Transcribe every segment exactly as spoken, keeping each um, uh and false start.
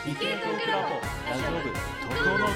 理系トークラボラジオ部特攻の音。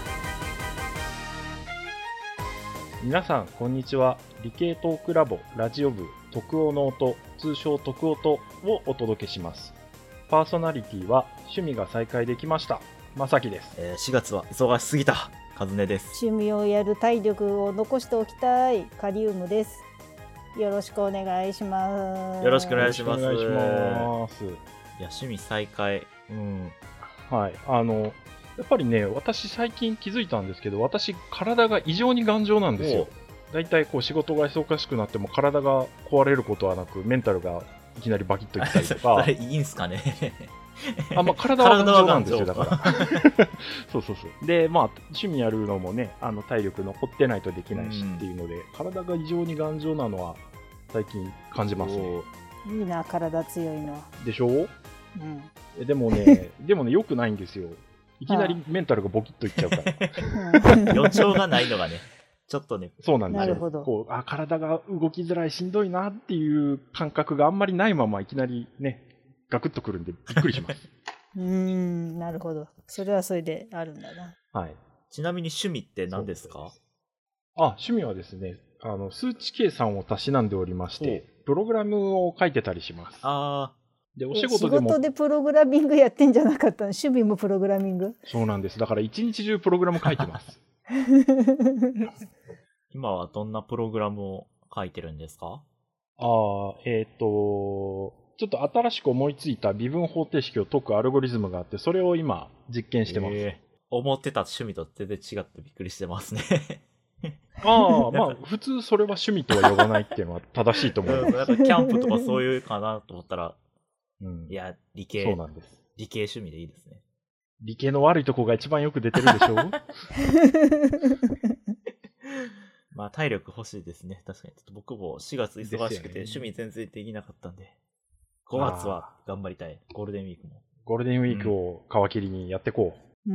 皆さんこんにちは。理系トークラボラジオ部特攻の音、通称特音をお届けします。パーソナリティは趣味が再開できましたまさきです。 えー、しがつは忙しすぎたかずねです。 趣味をやる体力を残しておきたいカリウムです。よろしくお願いします。 よろしくお願いします。 よろしくお願いします。 いや趣味再開、うん、 はい、あのやっぱりね、私最近気づいたんですけど、私体が異常に頑丈なんですよ。だいたいこう仕事が忙しくなっても体が壊れることはなく、メンタルがいきなりバキッといったりとか。 それいいんすかね。 あ、まあ、体は頑丈なんですよ、だからそうそうそう。で、まあ趣味やるのもね、あの体力残ってないとできないしっていうので、うん、体が異常に頑丈なのは最近感じますね。 いいな、体強いのでしょう、 うん、 でもねでもね良くないんですよ。いきなりメンタルがボキッといっちゃうから予兆がないのがねちょっとね。 そうなんですよ。 なるほど。 こう、あ、体が動きづらい、しんどいなっていう感覚があんまりないままいきなりねガクッとくるんでびっくりしますうーん、なるほど。それはそれであるんだな。 はい。 ちなみに趣味って何ですか？ あ、趣味はですね、あの数値計算をたしなんでおりまして、プログラムを書いてたりします。 あで、お仕事でも仕事でプログラミングやってんじゃなかったの？趣味もプログラミング？ そうなんです。だから一日中プログラム書いてます今はどんなプログラムを書いてるんですか？ ああ、えっとちょっと新しく思いついた微分方程式を解くアルゴリズムがあって、それを今実験してます。 えー、思ってた趣味と全然違ってびっくりしてますねああ、まあ普通それは趣味とは呼ばないっていうのは正しいと思う。 なんかキャンプとかそういうかなと思ったら、うん、いや理系、 そうなんです。 理系趣味でいいですね。 理系の悪いとこが一番よく出てるでしょうまあ体力欲しいですね。確かにちょっと僕もしがつ忙しくて趣味全然できなかったんで、ごがつは頑張りたい。ゴールデンウィークもゴールデンウィークを皮切りにやっていこう、うん、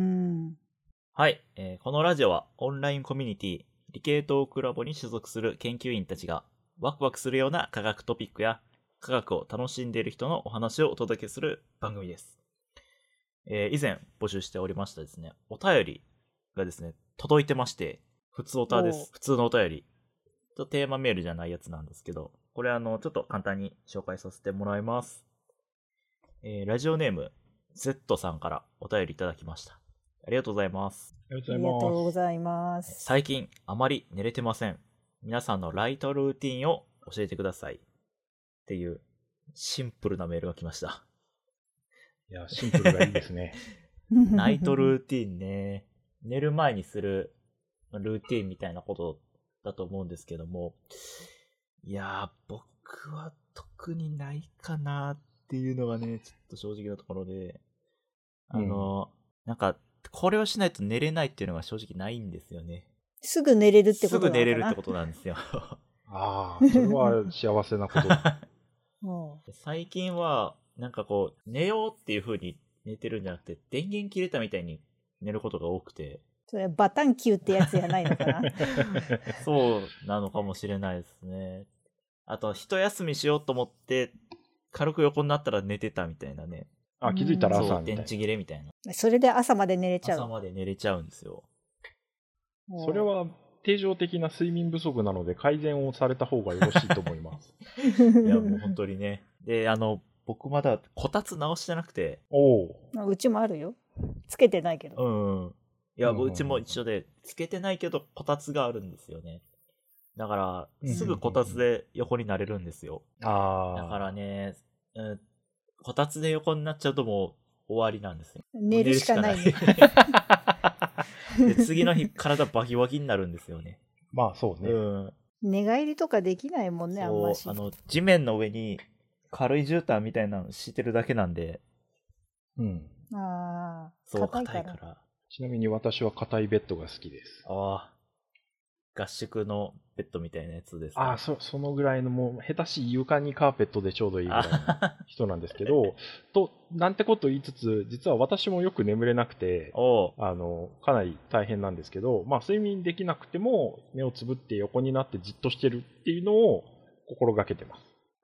はい、えー、このラジオはオンラインコミュニティ理系トークラボに所属する研究員たちがワクワクするような科学トピックや科学を楽しんでいる人のお話をお届けする番組です。えー、以前募集しておりましたですね、お便りがですね届いてまして、普通おたです。普通のお便り。ちょっとテーマメールじゃないやつなんですけど、これあのちょっと簡単に紹介させてもらいます。えー、ラジオネーム Z さんからお便りいただきました。ありがとうございます。 ありがとうございます。 最近あまり寝れてません。皆さんのライトルーティンを教えてください。っていうシンプルなメールが来ました。 いや、シンプルがいいですね。 ナイトルーティンね。寝る前にするルーティンみたいなことだと思うんですけども、いやー僕は特にないかなっていうのがねちょっと正直なところで、あの、うん、なんかこれをしないと寝れないっていうのが正直ないんですよね。 すぐ寝れるってことなのかな。 すぐ寝れるってことなんですよああ、それは幸せなことだ最近はなんかこう寝ようっていう風に寝てるんじゃなくて、電源切れたみたいに寝ることが多くて、 それバタンキューってやつじゃないのかなそうなのかもしれないですね。あと一休みしようと思って軽く横になったら寝てたみたいなね。 あ、気づいたら朝みたいな。 電池切れみたいな。 それで朝まで寝れちゃう。 朝まで寝れちゃうんですよ。 それは定常的な睡眠不足なので改善をされた方がよろしいと思いますいやもう本当にね。で、あの僕まだこたつ直してなくて。 おう。うちもあるよ。つけてないけど。 うん。いや、うちも一緒でつけてないけどこたつがあるんですよね。だからすぐこたつで横になれるんですよ。 ああ。 だからね、うん、こたつで横になっちゃうともう終わりなんですよ。 寝るしかないね。 で次の日体バキバキになるんですよね。 まあそうね。うん、 寝返りとかできないもんね、あんまし。 あの地面の上に軽い絨毯みたいなの敷いてるだけなんで。 うん。 ああ。 そう硬いから。 ちなみに私は硬いベッドが好きです。 ああ。合宿のベッドみたいなやつです、 ね。ああ、そそのぐらいのもう下手しい床にカーペットでちょうどいいぐらいの人なんですけど、となんてこと言いつつ、実は私もよく眠れなくて、あのかなり大変なんですけど、まあ睡眠できなくても目をつぶって横になってじっとしてるっていうのを心がけてます。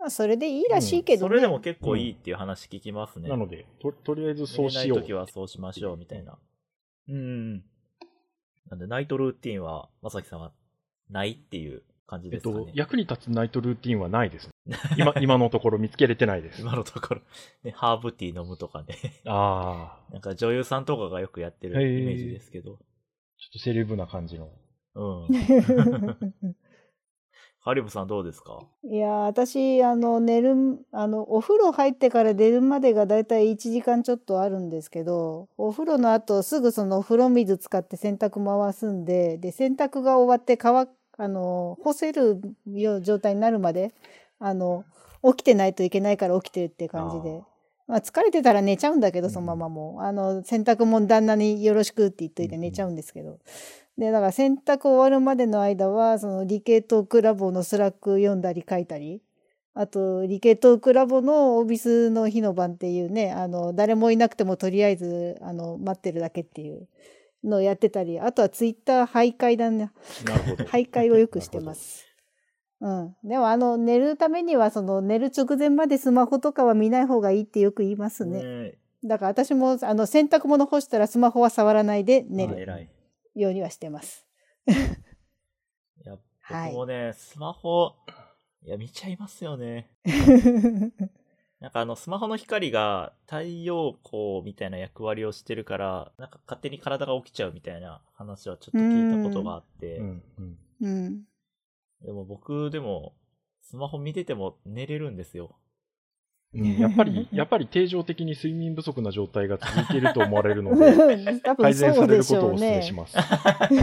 まあ、それでいいらしいけどね。 それでも結構いいっていう話聞きますね。 なので、と、とりあえずそうしよう。 寝れない時はそうしましょうみたいな。うん。なんで、ナイトルーティンは、まさきさんはないっていう感じですかね。 えっと、役に立つナイトルーティンはないですね。今、今のところ見つけれてないです。 今のところ、ね、ハーブティー飲むとかね。 ああ。 なんか女優さんとかがよくやってるイメージですけど。 ちょっとセレブな感じの。 うん。カリブさんどうですか？ いや、私、あの、寝る、あの、お風呂入ってから出るまでがだいたいいちじかんちょっとあるんですけど、お風呂の後すぐそのお風呂水使って洗濯回すんで、で、洗濯が終わって乾、あの、干せるよう状態になるまで、あの、起きてないといけないから起きてるっていう感じで。まあ、疲れてたら寝ちゃうんだけど、そのままもう。あの、洗濯も旦那によろしくって言っといて寝ちゃうんですけど。で、だから洗濯終わるまでの間は、その理系トークラボのスラック読んだり書いたり、あと、理系トークラボのオービスの日の晩っていうね、あの、誰もいなくてもとりあえず、あの、待ってるだけっていうのをやってたり、あとはツイッター徘徊だね。 なるほど。 徘徊をよくしてます。うん。でも、あの、寝るためには、その、寝る直前までスマホとかは見ない方がいいってよく言いますね。ね、だから私も、あの、洗濯物干したらスマホは触らないで寝るようにはしてます。 いや、僕もね、はい、スマホ、いや、見ちゃいますよね。なんかあの、スマホの光が太陽光みたいな役割をしてるから、なんか勝手に体が起きちゃうみたいな話はちょっと聞いたことがあって。うんうんうん、でも僕でも、スマホ見てても寝れるんですよ。 うん、やっぱり、やっぱり定常的に睡眠不足な状態が続いていると思われるので、改善されることをお勧めします。だ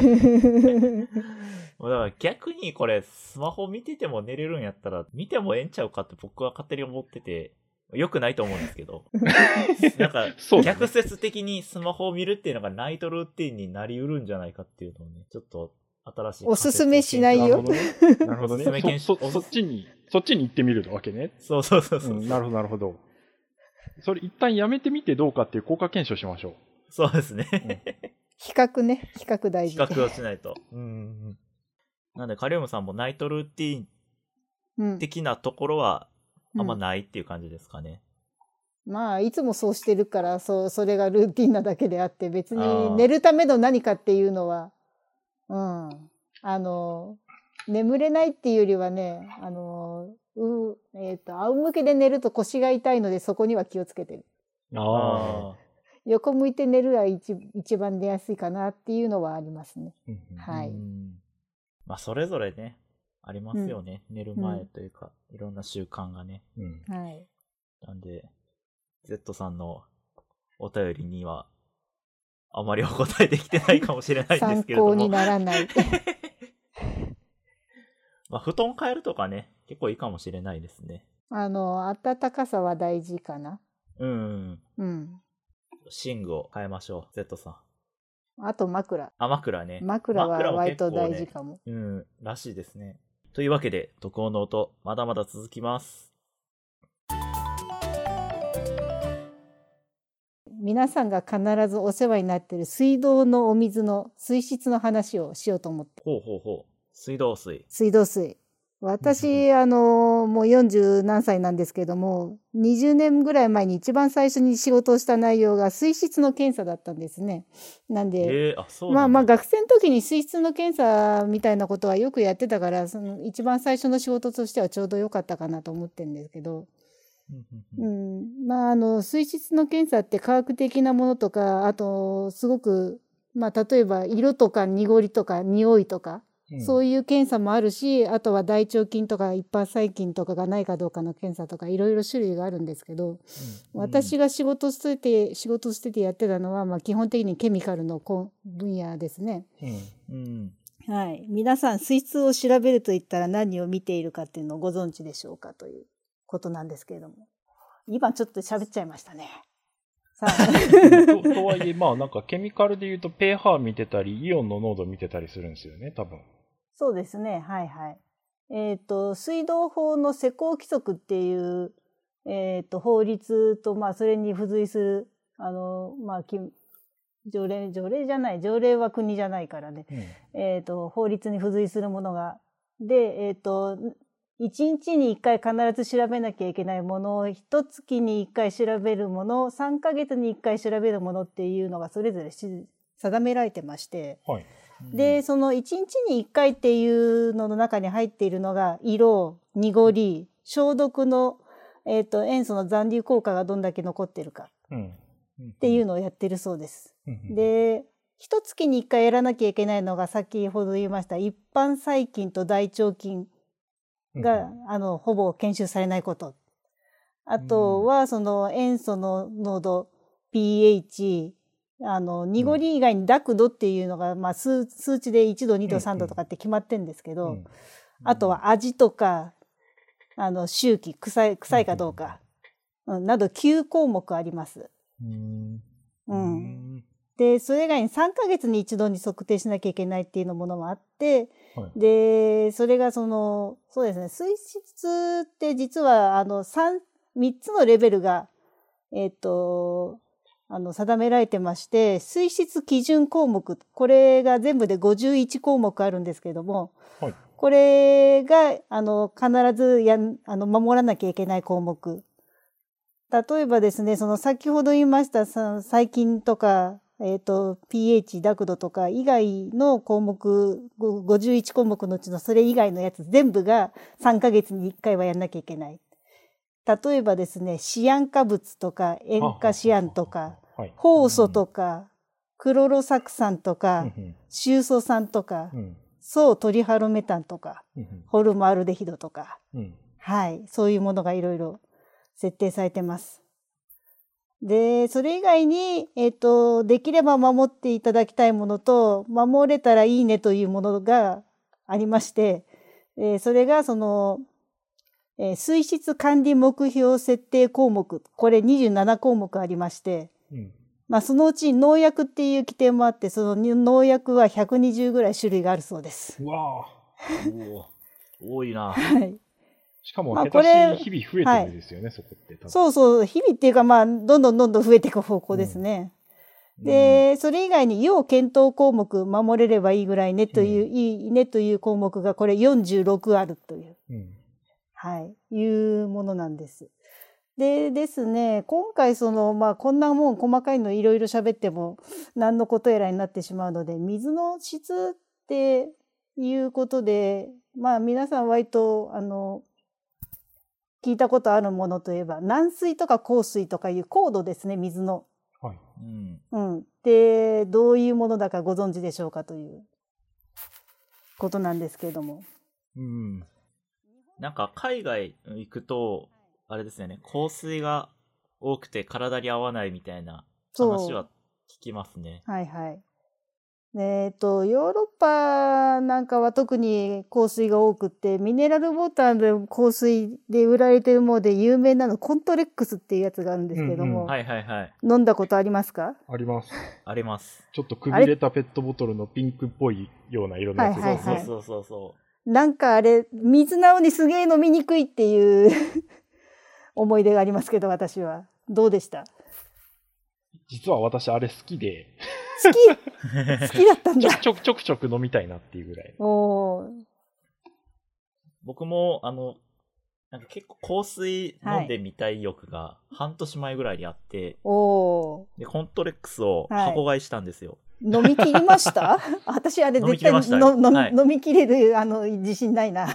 から逆にこれ、スマホ見てても寝れるんやったら、見てもええんちゃうかって僕は勝手に思ってて、良くないと思うんですけど。なんか、逆説的にスマホを見るっていうのがナイトルーティンになりうるんじゃないかっていうのをね、ちょっと新しい。 おすすめしないよ。 なるほどね。そ, そ, そっちに、そっちに行ってみるわけね。 そうそうそうそう、うん。 なるほど、なるほど。それ一旦やめてみてどうかっていう効果検証しましょう。 そうですね。うん、 比較ね。比較大事。 比較をしないと。うんうん。なんで、カリウムさんもナイトルーティーン的なところはあんまないっていう感じですかね。 うん、まあ、いつもそうしてるから、そう、それがルーティンなだけであって、別に寝るための何かっていうのは、うん。あの、眠れないっていうよりはね、あの、う、えっと、仰向けで寝ると腰が痛いので、そこには気をつけてる。ああ。横向いて寝るは一、一番寝やすいかなっていうのはありますね。はい。 まあ、それぞれね、ありますよね。うん、寝る前というか、うん、いろんな習慣がね。うん、はい。なんで、Z さんのお便りには、あまりお答えできてないかもしれないんですけれども。 参考にならない。 まあ、布団変えるとかね、結構いいかもしれないですね。 あの、暖かさは大事かな。 うん。うん。寝具を変えましょう、Z さん。あと枕。 あ、枕ね。 枕は割と大事かも。 ね、うん、らしいですね。というわけで、徳音の音、まだまだ続きます。 皆さんが必ずお世話になっている水道のお水の水質の話をしようと思って。 ほうほうほう。水道水。 水道水。私、あの、もうよんじゅう何歳なんですけども、にじゅうねんぐらい前に一番最初に仕事をした内容が水質の検査だったんですね。なんで、 えー、あ、そうなんだ。 まあまあ学生の時に水質の検査みたいなことはよくやってたから、その一番最初の仕事としてはちょうど良かったかなと思ってるんですけど、うん、まあ、あの、水質の検査って科学的なものとか、あと、すごく、まあ、例えば、色とか濁りとか匂いとか、うん、そういう検査もあるし、あとは大腸菌とか一般細菌とかがないかどうかの検査とか、いろいろ種類があるんですけど、うん、私が仕事してて、仕事しててやってたのは、まあ、基本的にケミカルの分野ですね。うんうん、はい。皆さん、水質を調べると言ったら何を見ているかっていうのをご存知でしょうかということなんですけれども。今ちょっと喋っちゃいましたね。 さあと, とはいえ、まあなんかケミカルで言うと pH 見てたり、イオンの濃度見てたりするんですよね、多分。 そうですね、はいはい。えっと、水道法の施行規則っていう、えっと、法律と、まあそれに付随する、あの、まあ、条例、条例じゃない、条例は国じゃないからね。うん、えっと、法律に付随するものが、で、えっと、 いちにちにいっかい必ず調べなきゃいけないもの、いっかげつにいっかい調べるもの、さんかげつにいっかい調べるものっていうのがそれぞれ定められてまして、 はい、 で、そのいちにちにいっかいっていうのの中に入っているのが、色、濁り、消毒の、えっと、塩素の残留効果がどんだけ残ってるかっていうのをやってるそうです。で、一月にいっかいやらなきゃいけないのが、先ほど言いました一般細菌と大腸菌が、あの、ほぼ検出されないこと。あとは、その塩素の濃度、pH、あの、濁り以外に濁度っていうのが、まあ、数、数値でいちど、にど、さんどとかって決まってんですけど、あとは味とか、あの、臭気、臭い、臭いかどうか、うん、などきゅうこうもくあります。うんうん、で、それ以外にさんかげつに一度に測定しなきゃいけないっていうのものもあって、はい、で、それがその、そうですね、水質って実は、あの、三、三つのレベルが、えっと、あの、定められてまして、水質基準項目、これが全部でごじゅういちこうもくあるんですけれども、はい、これが、あの、必ずや、あの、守らなきゃいけない項目。例えばですね、その先ほど言いました細菌とか、えっと、pH、濁度とか以外の項目、ごじゅういちこうもくのうちのそれ以外のやつ全部がさんかげつにいっかいはやんなきゃいけない。例えばですね、シアン化物とか、塩化シアンとか、酵素とか、クロロ酢酸とか、シュウ素酸とか、総トリハロメタンとか、ホルマルデヒドとか、はい、そういうものがいろいろ設定されてます。で、それ以外に、えっと、できれば守っていただきたいものと、守れたらいいねというものがありまして、えー、それがその、えー、水質管理目標設定項目、これにじゅうななこうもくありまして、うん、まあそのうち農薬っていう規定もあって、その農薬はひゃくにじゅうぐらい種類があるそうです。 うわぁ。多いな。 はい。 しかも、下手し日々増えてるんですよね、はい、そこって。 そうそう、日々っていうか、まあ、どんどんどんどん増えていく方向ですね。うん、で、それ以外に、要検討項目、守れればいいぐらいねという、うん、いいねという項目が、これよんじゅうろくあるという、うん、はい、いうものなんです。でですね、今回、その、まあ、こんなもん、細かいのいろいろ喋っても、何のことやらになってしまうので、水の質っていうことで、まあ、皆さん割と、あの、聞いたことあるものといえば、軟水とか硬水とかいう硬度ですね、水の。はい。うん。で、どういうものだかご存知でしょうかということなんですけれども。 うん。なんか海外行くと、あれですよね、硬水が多くて体に合わないみたいな話は聞きますね。 はいはい。えっと、ヨーロッパなんかは特に硬水が多くって、ミネラルウォーターで硬水で売られているもので有名なの、コントレックスっていうやつがあるんですけども、うんうん、 はいはいはい。 飲んだことありますか？ あります。 あります。 ちょっとくびれたペットボトルのピンクっぽいような色のやつですね。 はいはいはい、 そうそうそう。 なんかあれ、水なのにすげえ飲みにくいっていう思い出がありますけど、私は。どうでした？ 実は私あれ好きで。 好き好きだったんだ。 ちょくちょくちょく飲みたいなっていうぐらい。 お僕も、あの、なんか結構香水飲んでみたい欲が半年前ぐらいにあって、 おで、コントレックスを箱買いしたんですよ。 はい、飲み切りました私あれ絶対のの、はい、飲み切れるあの自信ないな。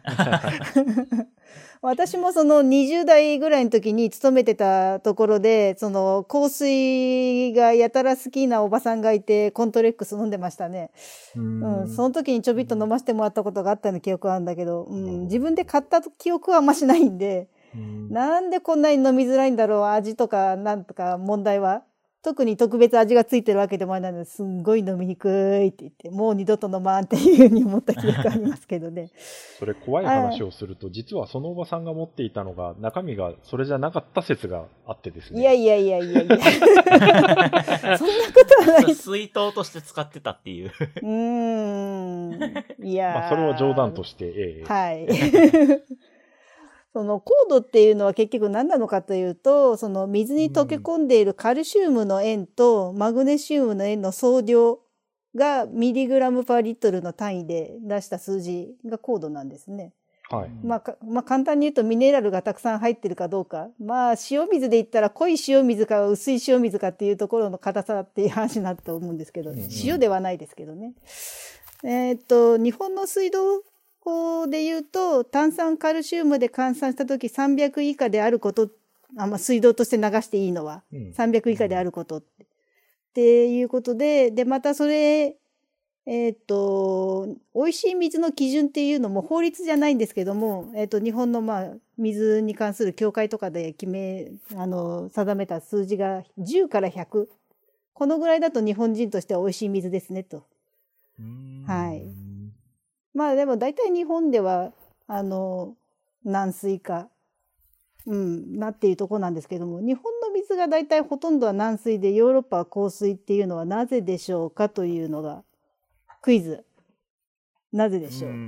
私もそのにじゅう代ぐらいの時に勤めてたところで、その香水がやたら好きなおばさんがいて、コントレックス飲んでましたね。うん、うん、その時にちょびっと飲ませてもらったことがあったの記憶はあるんだけど、うん、自分で買った記憶はあんましないんで、んなんでこんなに飲みづらいんだろう、味とかなんとか問題は。特に特別味がついてるわけでもないので、すんごい飲みにくいって言って、もう二度と飲まんっていうふうに思った記憶ありますけどね。 それ怖い話をすると、実はそのおばさんが持っていたのが、中身がそれじゃなかった説があってですね。 いやいやいやいやいや。そんなことはない。 水筒として使ってたっていう。 うーん。いやー。 まあ、それは冗談として、ええ。 はい。その硬度っていうのは結局何なのかというと、その水に溶け込んでいるカルシウムの塩とマグネシウムの塩の総量がミリグラムパーリットルの単位で出した数字が硬度なんですね。 はい。 まあかまあ、簡単に言うとミネラルがたくさん入ってるかどうか。まあ塩水で言ったら濃い塩水か薄い塩水かっていうところの硬さっていう話になると思うんですけど、 うんうん、 塩ではないですけどね。えーっと日本の水道法で言うと炭酸カルシウムで換算した時さんびゃく以下であることあ、まあ、水道として流していいのは、うん、さんびゃく以下であることって、うん、っていうことで、でまたそれえっと美味しい水の基準っていうのも法律じゃないんですけども、えっと日本のまあ水に関する協会とかで決めあの定めた数字がじゅうからひゃく、このぐらいだと日本人としては美味しい水ですねと。はい。まあでも大体日本ではあの軟水か、うん、なっていうところなんですけども、日本の水が大体ほとんどは軟水でヨーロッパは硬水っていうのはなぜでしょうかというのがクイズ。なぜでしょう。うん、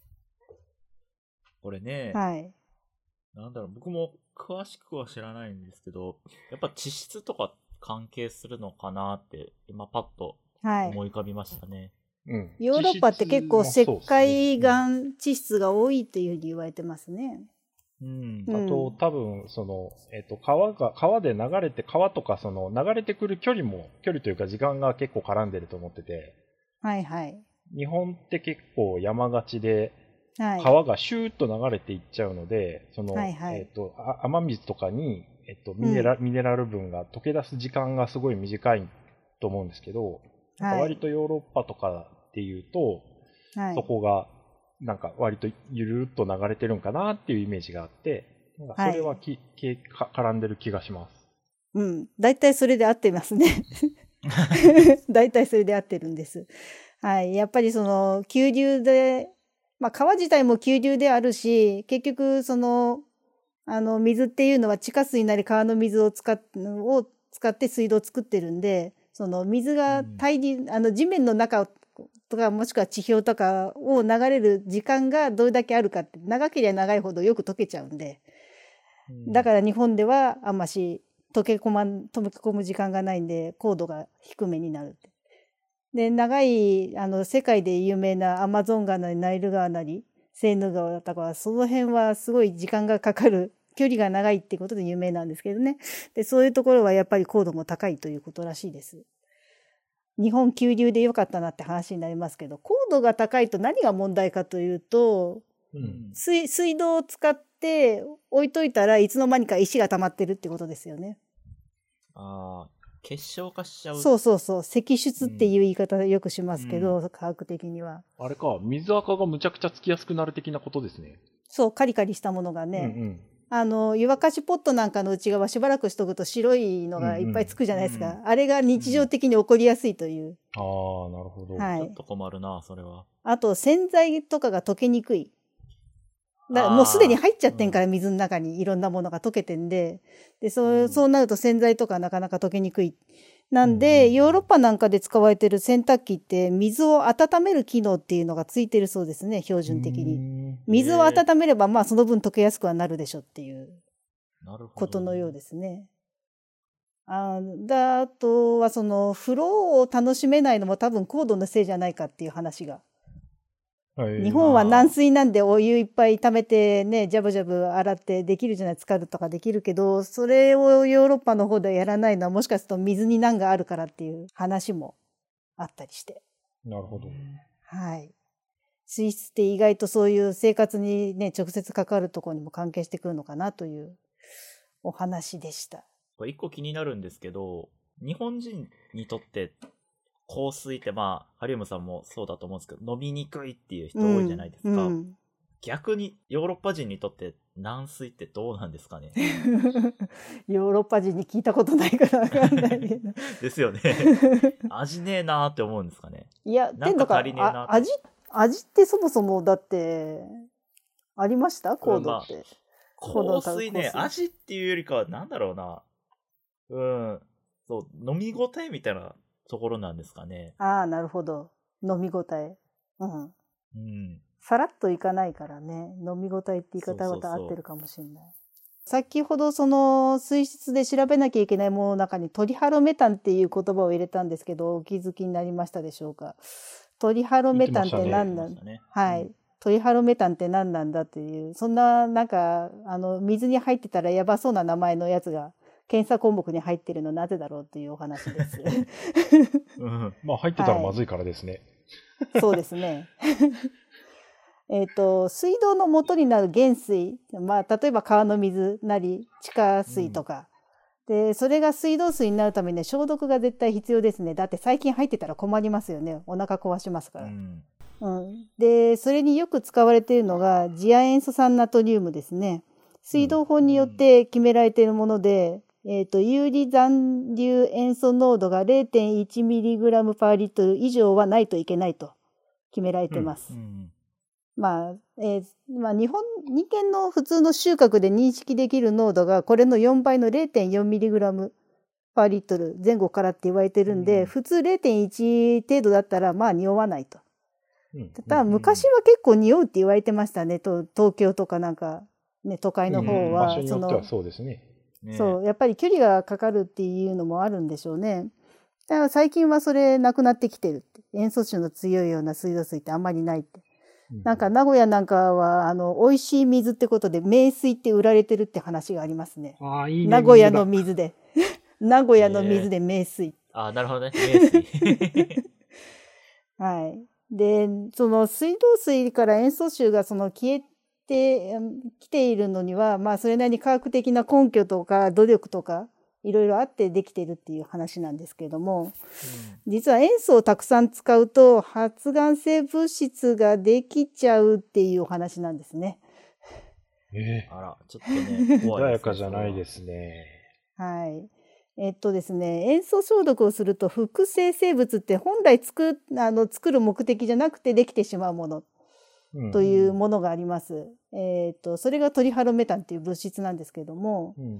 これね、 はい。 なんだろう、僕も詳しくは知らないんですけど、やっぱ地質とか関係するのかなって今パッと思い浮かびましたね。 はい、うん、ヨーロッパって結構石灰岩地質が多いっていうふうに言われてますね。 うん、あと多分その、えーと、川が川で流れて川とかその流れてくる距離も距離というか時間が結構絡んでると思ってて、 はいはい、 日本って結構山がちで、はい、川がシューッと流れていっちゃうので、その、はいはい、えーと、雨水とかに、えーと、ミネラ、うん、ミネラル分が溶け出す時間がすごい短いと思うんですけど、なんか割とヨーロッパとかっていうと、はい、そこがなんか割とゆるっと流れてるんかなっていうイメージがあって、なんかそれはき、はい、か絡んでる気がします。 うん、大体それで合ってますね。大体それで合ってるんです。はい、やっぱりその急流で、まあ川自体も急流であるし、結局そのあの水っていうのは地下水なり川の水を使っを使って水道を作ってるんで、その水が大量、うん、あの地面の中とかもしくは地表とかを流れる時間がどれだけあるかって、長ければ長いほどよく溶けちゃうんで、うん、だから日本ではあんまし溶け込まん溶け込む時間がないんで高度が低めになるって。で長いあの世界で有名なアマゾン川なりナイル川なりセーヌ川とかその辺はすごい時間がかかる、距離が長いってことで有名なんですけどね。でそういうところはやっぱり高度も高いということらしいです。日本急流でよかったなって話になりますけど、高度が高いと何が問題かというと、うん、水, 水道を使って置いといたらいつの間にか石が溜まってるってことですよね。 ああ、結晶化しちゃう。 そうそうそう、析出っていう言い方よくしますけど、うん、科学的には。 あれか、水垢がむちゃくちゃつきやすくなる的なことですね。 そう、カリカリしたものがね。うんうん、あの湯沸かしポットなんかの内側しばらくしとくと白いのがいっぱいつくじゃないですか、うんうん、あれが日常的に起こりやすいという、 うん、ああなるほど、 はい、 ちょっと困るなそれは。 あと洗剤とかが溶けにくい、だからもうすでに入っちゃってんから、水の中にいろんなものが溶けてんで、でそう、うん、そうなると洗剤とかなかなか溶けにくいなんで、うん、ヨーロッパなんかで使われてる洗濯機って水を温める機能っていうのがついてるそうですね、標準的に。水を温めればまあその分溶けやすくはなるでしょっていうことのようですね。あだあとはその風呂を楽しめないのも多分高度のせいじゃないかっていう話が、はい、日本は軟水なんでお湯いっぱい溜めてねジャブジャブ洗ってできるじゃない、浸かるとかできるけど、それをヨーロッパの方でやらないのはもしかすると水に難があるからっていう話もあったりして。 なるほど。 はい。水質って意外とそういう生活にね直接関わるところにも関係してくるのかなというお話でした。 一個気になるんですけど、日本人にとって硬水ってまあハリウムさんもそうだと思うんですけど飲みにくいっていう人多いじゃないですか、うんうん、逆にヨーロッパ人にとって軟水ってどうなんですかね。 ヨーロッパ人に聞いたことないから分かんないけどですよね。味ねえなーって思うんですかね。 いやなんか足りねえなーって。 味味ってそもそもだってありました高度って、まあ、硬水ね、味っていうよりかはなんだろうな、うんそう飲み応えみたいなところなんですかね。 ああなるほど、飲み応え、うん、うん、さらっといかないからね、飲み応えって言い方はまた合ってるかもしれない。そうそうそう、先ほどその水質で調べなきゃいけないものの中にトリハロメタンっていう言葉を入れたんですけど、お気づきになりましたでしょうか。トリハロメタンって何なん、ね、はい、うん、 トリハロメタンって何なんだっていう、そんななんかあの水に入ってたらやばそうな名前のやつが検査項目に入ってるのなぜだろうというお話です。 うん。 まあ入ってたらまずいからですね。 はい、そうですね。えっと水道の元になる原水、まあ例えば川の水なり地下水とか、うん、でそれが水道水になるために、ね、消毒が絶対必要ですね。だって細菌入ってたら困りますよね。お腹壊しますから。うんうん、でそれによく使われているのが次亜塩素酸ナトリウムですね。水道法によって決められているもので、うんえー、と有利残留塩素濃度が れいてんいちミリグラム パーリットル以上はないといけないと決められています。うんうんまあえーまあ、日本人間の普通の収穫で認識できる濃度がこれのよんばいの れいてんよんミリグラム パーリットル前後からって言われてるんで、うん、普通 れいてんいち 程度だったらまあ匂わないと。ただ昔は結構匂うって言われてましたね。と東京とかなんか、ね、都会の方は、 うん、場所によってはそうですね。 そうやっぱり距離がかかるっていうのもあるんでしょうね。だから最近はそれなくなってきてるって。塩素臭の強いような水道水ってあんまりないって。うん、なんか名古屋なんかはあの美味しい水ってことで名水って売られてるって話がありますね。 あいいね名古屋の水で名古屋の水で名水。 えー、あなるほどね名水。 はい。でその水道水から塩素臭がその消えてきているのには、まあ、それなりに科学的な根拠とか努力とかいろいろあってできているっていう話なんですけれども、うん、実は塩素をたくさん使うと発がん性物質ができちゃうっていうお話なんですね。 えー、あらちょっとね怖い穏やかじゃないですね。 はい。えっとですね、塩素消毒をすると複製生物って本来作あの作る目的じゃなくてできてしまうものというものがあります。うん、えっとそれがトリハロメタンっていう物質なんですけれども、うん、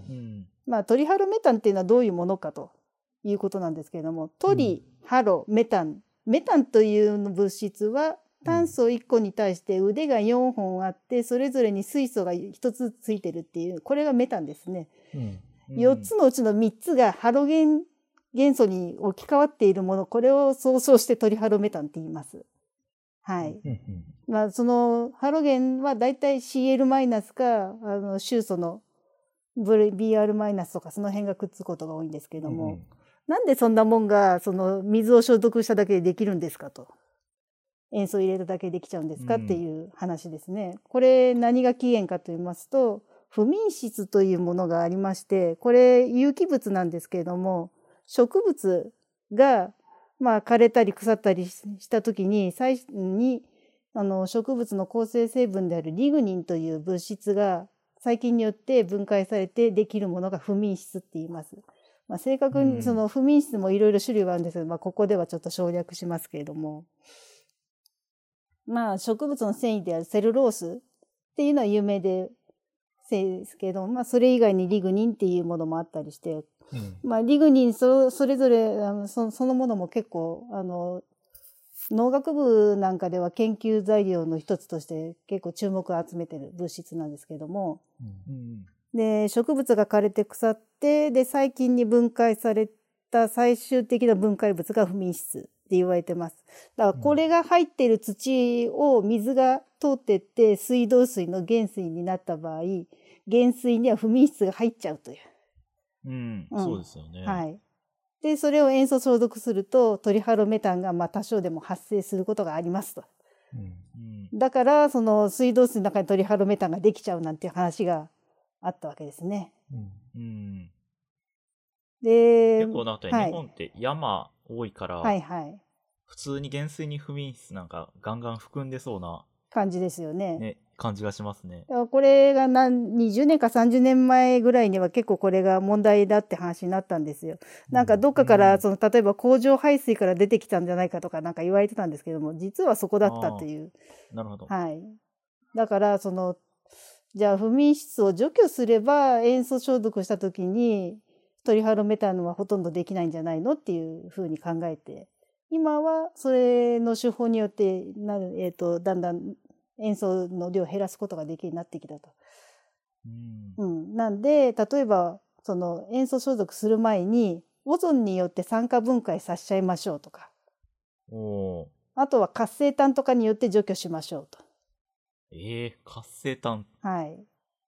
まあトリハロメタンっていうのはどういうものかということなんですけれども、トリハロメタン、メタンという物質は炭素いっこに対して腕がよんほんあってそれぞれに水素がひとつついてるっていう、これがメタンですね。うんよっつのうちのみっつがハロゲン元素に置き換わっているもの、これを総称してトリハロメタンって言います。はい。まあそのハロゲンはだいたい シーエル マイナスかあの臭素の ビーアール マイナスとかその辺がくっつくことが多いんですけども、うんうん、なんでそんなもんがその水を消毒しただけでできるんですかと。塩素入れただけでできちゃうんですかっていう話ですね。うん、これ何が起源かと言いますと、不眠質というものがありまして、これ有機物なんですけれども、植物がまあ枯れたり腐ったりした時に最初にあの植物の構成成分であるリグニンという物質が細菌によって分解されてできるものが不眠質って言います。まあ、正確にその不眠質もいろいろ種類があるんですけど、まあ、ここではちょっと省略しますけれども、まあ植物の繊維であるセルロースっていうのは有名でですけど、まあ、それ以外にリグニンっていうものもあったりして、うんまあ、リグニン そ, それぞれあの そ, そのものも結構あの農学部なんかでは研究材料の一つとして結構注目を集めている物質なんですけども、うん、で植物が枯れて腐ってで細菌に分解された最終的な分解物が不眠質って言われてます。だからこれが入っている土を水が通ってって水道水の原水になった場合、原水には不眠質が入っちゃうという。 うん、うん、そうですよね。 はい。で、それを塩素消毒するとトリハロメタンがまあ多少でも発生することがありますと。うん、だからその水道水の中にトリハロメタンができちゃうなんていう話があったわけですね。うん、 で、結構なんか日本って山多いから、はいはい、普通に原水に不眠質なんかガンガン含んでそうな感じですよね。 ね感じがしますね。 これが何にじゅうねんかさんじゅうねんまえぐらいには結構これが問題だって話になったんですよ。なんかどっかからその例えば工場排水から出てきたんじゃないかとかなんか言われてたんですけども、実はそこだったという。 なるほど。 はい。だからそのじゃあ不眠質を除去すれば塩素消毒した時にトリハロメタンはほとんどできないんじゃないのっていうふうに考えて、今はそれの手法によってなる、えーと、だんだん塩素の量を減らすことができるようになってきたと。うんうん、なんで例えばその塩素消毒する前にオゾンによって酸化分解させちゃいましょうとか、おあとは活性炭とかによって除去しましょうと。 ええー、活性炭。 はい。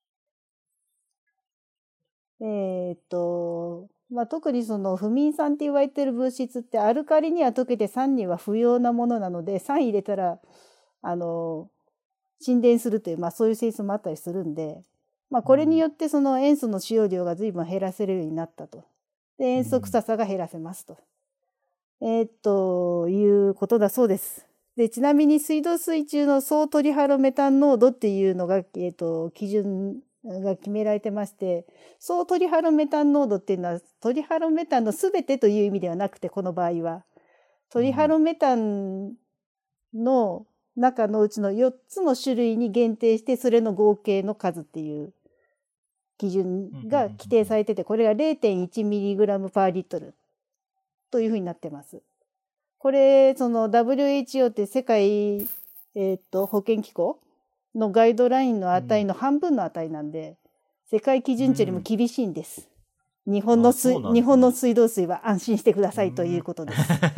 えーっと、まあ、特にその不眠酸って言われてる物質ってアルカリには溶けて酸には不要なものなので、酸入れたら、あの、沈殿するという、まあそういう性質もあったりするんで、まあこれによってその塩素の使用量が随分減らせるようになったと。で、塩素臭さが減らせますと。うん、えー、っと、いうことだそうです。で、ちなみに水道水中の総トリハロメタン濃度っていうのが、えー、っと、基準が決められてまして、総トリハロメタン濃度っていうのは、トリハロメタンのすべてという意味ではなくて、この場合は。トリハロメタンの中のうちのよっつの種類に限定して、それの合計の数っていう基準が規定されてて、これが れいてんいちミリグラムパーリットルというふうになってます。これ、その ダブリューエイチオー って世界、えー、っと保健機構のガイドラインの値の半分の値なんで、世界基準値よりも厳しいんです。日本の水、日本の水道水は安心してくださいということです。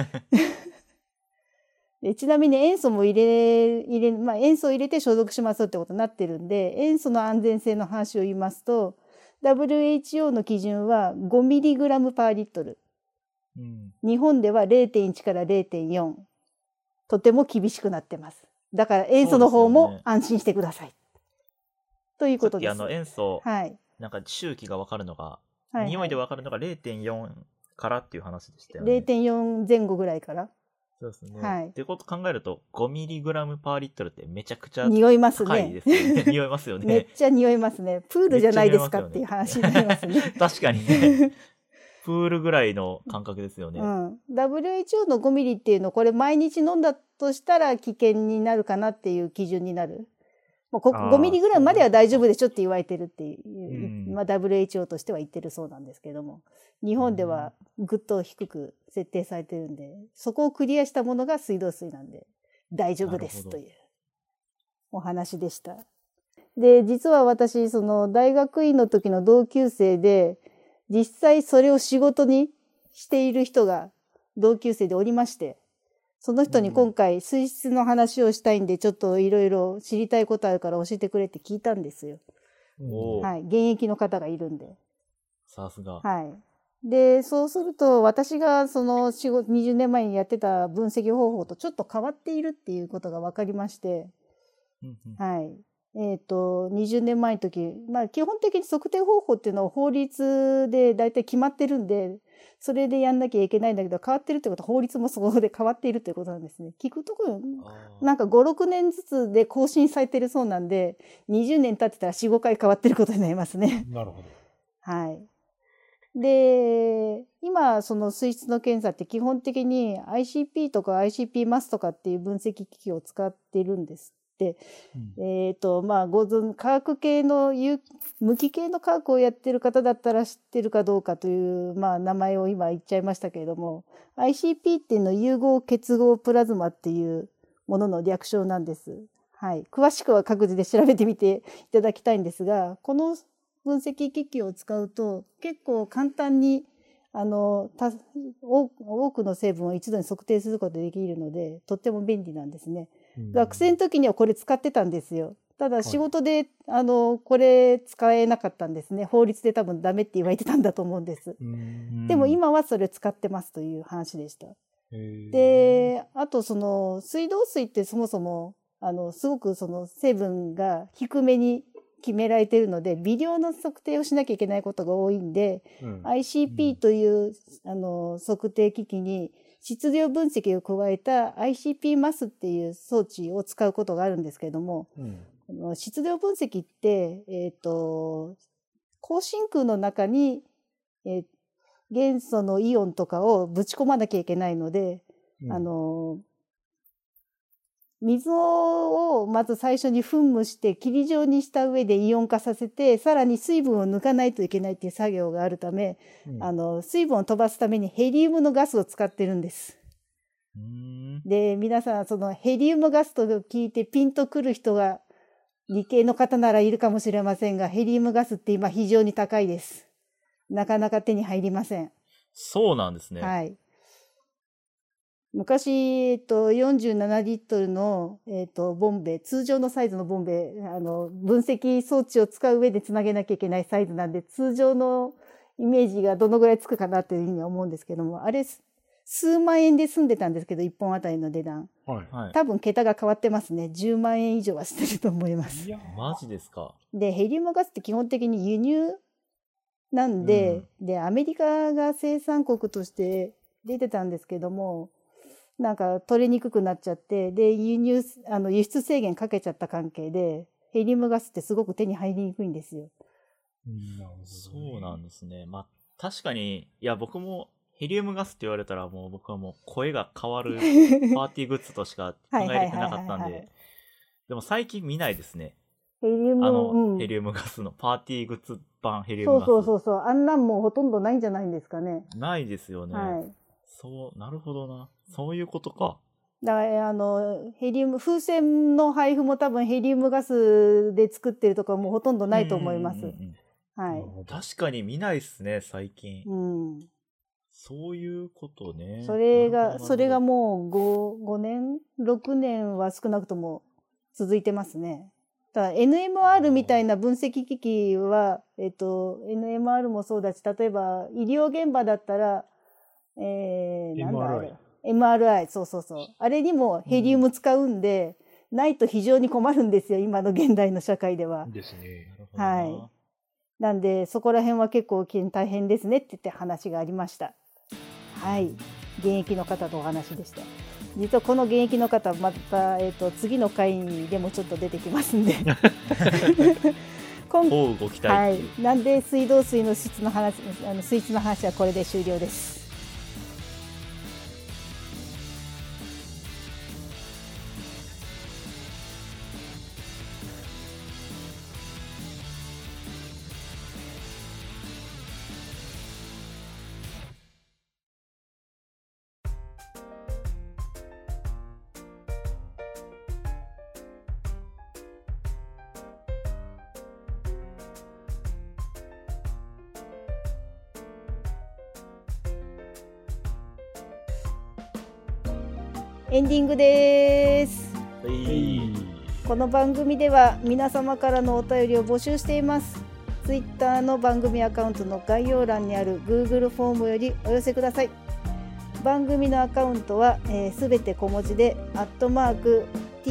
でちなみに塩素も入れ、入れ、まあ、塩素を入れて消毒しますってことになってるんで、塩素の安全性の話を言いますと、ダブリューエイチオー の基準はごミリグラムパーリットル。うん、日本では れいてんいち から れいてんよん。とても厳しくなってます。だから塩素の方も安心してください。ね、ということです。 さっきあの塩素、 はい、 なんか周期が分かるのが、はいはい、匂いで分かるのが れいてんよん からっていう話でしたよね。 れいてんよん 前後ぐらいから。 そうですね。 はい。 ってこと考えると、ごミリグラムパーリットルってめちゃくちゃ匂います高いですね。 ね。 匂いますよね。 めっちゃ匂いますね。プールじゃないですかっていう話になりますね。 確かにね。プールぐらいの感覚ですよね。 うん。ダブリューエイチオー のごミリっていうの、これ毎日飲んだとしたら危険になるかなっていう基準になる。もうこごミリぐらいまでは大丈夫でしょって言われてるっていう、うん、まあ ダブリューエイチオー としては言ってるそうなんですけども、日本ではぐっと低く設定されてるんで、そこをクリアしたものが水道水なんで大丈夫ですというお話でした。で、実は私、その大学院の時の同級生で、実際それを仕事にしている人が同級生でおりまして、その人に今回水質の話をしたいんで、ちょっといろいろ知りたいことあるから教えてくれって聞いたんですよ。はい。現役の方がいるんで。 さすが。 はい。で、そうすると、私がその仕事、にじゅうねんまえにやってた分析方法とちょっと変わっているっていうことが分かりまして、はい。えっと、にじゅうねんまえの時、まあ基本的に測定方法っていうのは法律で大体決まってるんで、それでやんなきゃいけないんだけど、変わってるってことは法律もそこで変わっているということなんですね。聞くところ、なんかご、ろくねんずつで更新されてるそうなんで、にじゅうねん経ってたらよん、ごかい変わってることになりますね。 なるほど。 はい。で、今、その水質の検査って基本的に アイシーピー とか アイシーピー マスとかっていう分析機器を使っているんですって。うん、えっと、まあ、ご存、化学系の、無機系の化学をやってる方だったら知ってるかどうかという、まあ、名前を今言っちゃいましたけれども、アイシーピー っていうのは融合結合プラズマっていうものの略称なんです。はい。詳しくは各自で調べてみていただきたいんですが、この分析機器を使うと結構簡単にあのた多くの成分を一度に測定することができるのでとっても便利なんですね。学生の時にはこれ使ってたんですよ。ただ仕事で、はい、あのこれ使えなかったんですね。法律で多分ダメって言われてたんだと思うんです。でも今はそれ使ってますという話でした。で、あとその水道水ってそもそもあのすごくその成分が低めに決められているので微量の測定をしなきゃいけないことが多いんで、うん、アイシーピー という、うん、あの測定機器に質量分析を加えた アイシーピー マスっていう装置を使うことがあるんですけれども、うん、質量分析って、えっと、高真空の中に、えー、元素のイオンとかをぶち込まなきゃいけないので、うん、あの水をまず最初に噴霧して霧状にした上でイオン化させて、さらに水分を抜かないといけないっていう作業があるため、うん、あの水分を飛ばすためにヘリウムのガスを使ってるんです。うーんで、皆さんそのヘリウムガスと聞いてピンとくる人が理系の方ならいるかもしれませんが、ヘリウムガスって今非常に高いです。なかなか手に入りません。 そうなんですね。 はい。 昔、えっと、よんじゅうななリットルの、えっと、ボンベ、通常のサイズのボンベ、あの、分析装置を使う上でつなげなきゃいけないサイズなんで、通常のイメージがどのぐらいつくかなっていうふうには思うんですけども、あれ、数万円で済んでたんですけど、いっぽんあたりの値段。 はい。 はい。 多分桁が変わってますね。じゅうまんえん以上はしてると思いますい。やマジですか。 で、ヘリウムガスって基本的に輸入なんで、で、アメリカが生産国として出てたんですけども、なんか取れにくくなっちゃって、で、輸入、あの、輸出制限かけちゃった関係で、ヘリウムガスってすごく手に入りにくいんですよ。 うんなるほどねそうなんですね。まあ、確かに、いや、僕もヘリウムガスって言われたら、もう僕はもう声が変わるパーティーグッズとしか考えれてなかったんはいはいはいはいはいで、でも最近見ないですね。 ヘリウム、 あの、 うん、 ヘリウムガスのパーティーグッズ版ヘリウそうムガス。 そうそうそう。あんなんもうほとんどないんじゃないんですかね。 ないですよね。 はい。 そう、なるほどな。そういうことか。 だからあのヘリウム風船の配布も多分ヘリウムガスで作ってるとかもうほとんどないと思います。 うんうんうんうんはい。 なるほど確かに見ないっすね、最近。 うん。 そういうことね。 それがなるほどなるほどそれがもうご、ごねんろくねんは少なくとも続いてますね。ただ エヌエムアール みたいな分析機器は、えっと、エヌエムアール もそうだし、例えば医療現場だったら、えー、なんだあれ エムアールアイ、そうそうそう。あれにもヘリウム使うんで、ないと非常に困るんですよ、今の現代の社会では。 ですね。 なるほどなはい。なんで、そこら辺は結構大変ですねって言って話がありました。はい。現役の方のお話でした。実はこの現役の方、また、えっと、次の回でもちょっと出てきますんで。今こうご期待。 はい。なんで、水道水の質の話、あの水質の話はこれで終了です。エンディングです。 はいこの番組では皆様からのお便りを募集しています。ツイッターの番組アカウントの概要欄にある Google フォームよりお寄せください。番組のアカウントはすべ、えー、て小文字でアットマーク ト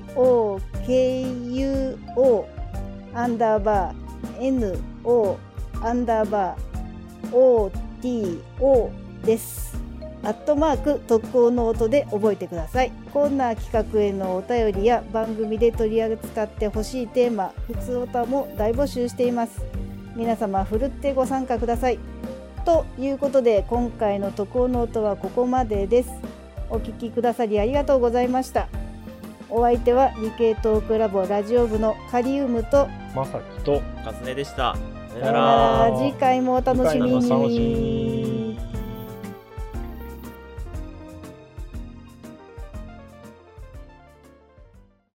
ク アンダーバー ノ アンダーバー オーティーオー です。アットマーク特攻ノートで覚えてください。こんな企画へのお便りや番組で取り扱ってほしいテーマ、ふつおたも大募集しています。皆様ふるってご参加ください。ということで今回の特攻ノートはここまでです。お聞きくださりありがとうございました。お相手は理系トークラボラジオ部のカリウムとまさきとカズネでした。さよなさよなら。 ら。次回もお楽しみ次回もお楽しみに。 に。